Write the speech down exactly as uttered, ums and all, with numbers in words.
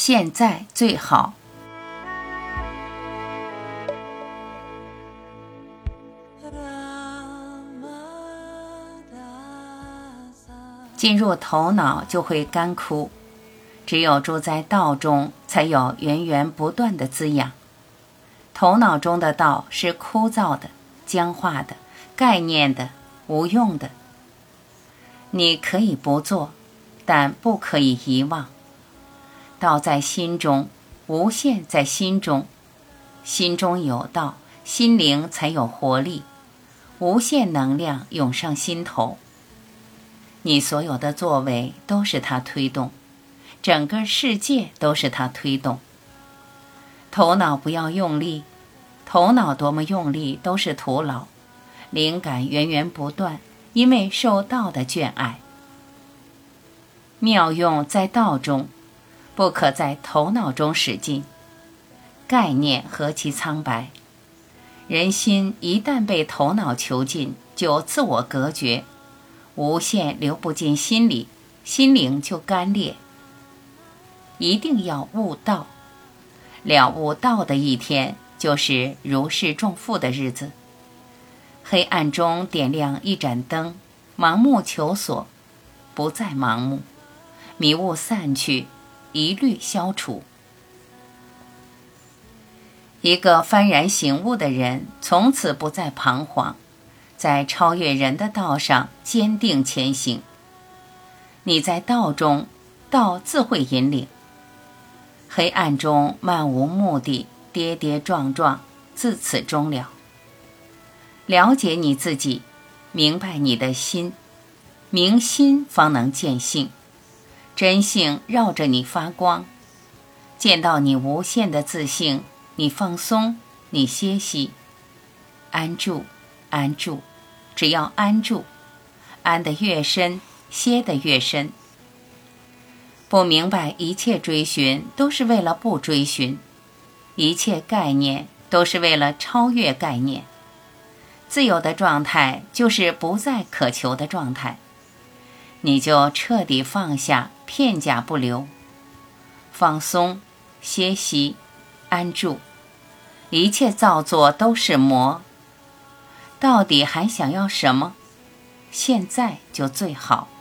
现在最好。进入头脑就会干枯，只有住在道中，才有源源不断的滋养。头脑中的道是枯燥的、僵化的、概念的、无用的。你可以不做，但不可以遗忘。道在心中，无限在心中。心中有道，心灵才有活力，无限能量涌上心头。你所有的作为都是它推动，整个世界都是它推动。头脑不要用力，头脑多么用力都是徒劳，灵感源源不断，因为受道的眷爱。妙用在道中，不可在头脑中使劲。概念何其苍白，人心一旦被头脑囚禁，就自我隔绝，无限流不进心里，心灵就干裂。一定要悟道，了悟道的一天，就是如释重负的日子。黑暗中点亮一盏灯，盲目求索，不再盲目，迷雾散去，疑虑消除。一个幡然醒悟的人，从此不再彷徨，在超越人的道上坚定前行。你在道中，道自会引领。黑暗中漫无目的，跌跌撞撞，自此终了。了解你自己，明白你的心，明心方能见性，真性绕着你发光。见到你无限的自性，你放松，你歇息，安住，安住，只要安住，安得越深，歇得越深。不明白一切追寻都是为了不追寻，一切概念都是为了超越概念。自由的状态就是不再渴求的状态，你就彻底放下，片假不留，放松，歇息，安住。一切造作都是魔，到底还想要什么？现在就最好。